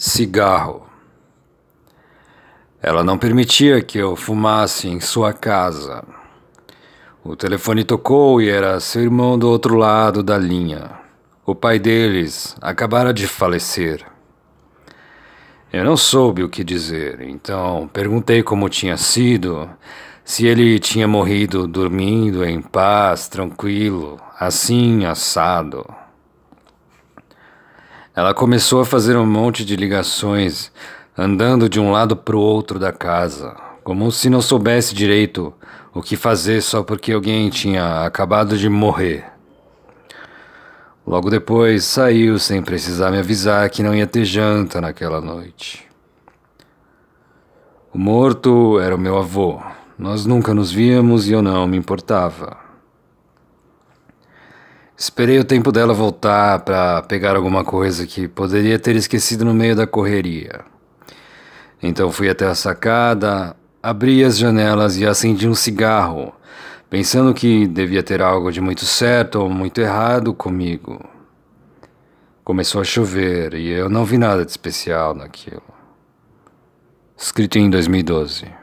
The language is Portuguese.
Cigarro. Ela não permitia que eu fumasse em sua casa. O telefone tocou e era seu irmão do outro lado da linha. O pai deles acabara de falecer. Eu não soube o que dizer, então perguntei como tinha sido, se ele tinha morrido dormindo em paz, tranquilo, assim, assado. Ela começou a fazer um monte de ligações, andando de um lado para o outro da casa, como se não soubesse direito o que fazer só porque alguém tinha acabado de morrer. Logo depois saiu sem precisar me avisar que não ia ter janta naquela noite. O morto era o meu avô. Nós nunca nos víamos e eu não me importava. Esperei o tempo dela voltar para pegar alguma coisa que poderia ter esquecido no meio da correria. Então fui até a sacada, abri as janelas e acendi um cigarro, pensando que devia ter algo de muito certo ou muito errado comigo. Começou a chover e eu não vi nada de especial naquilo. Escrito em 2012.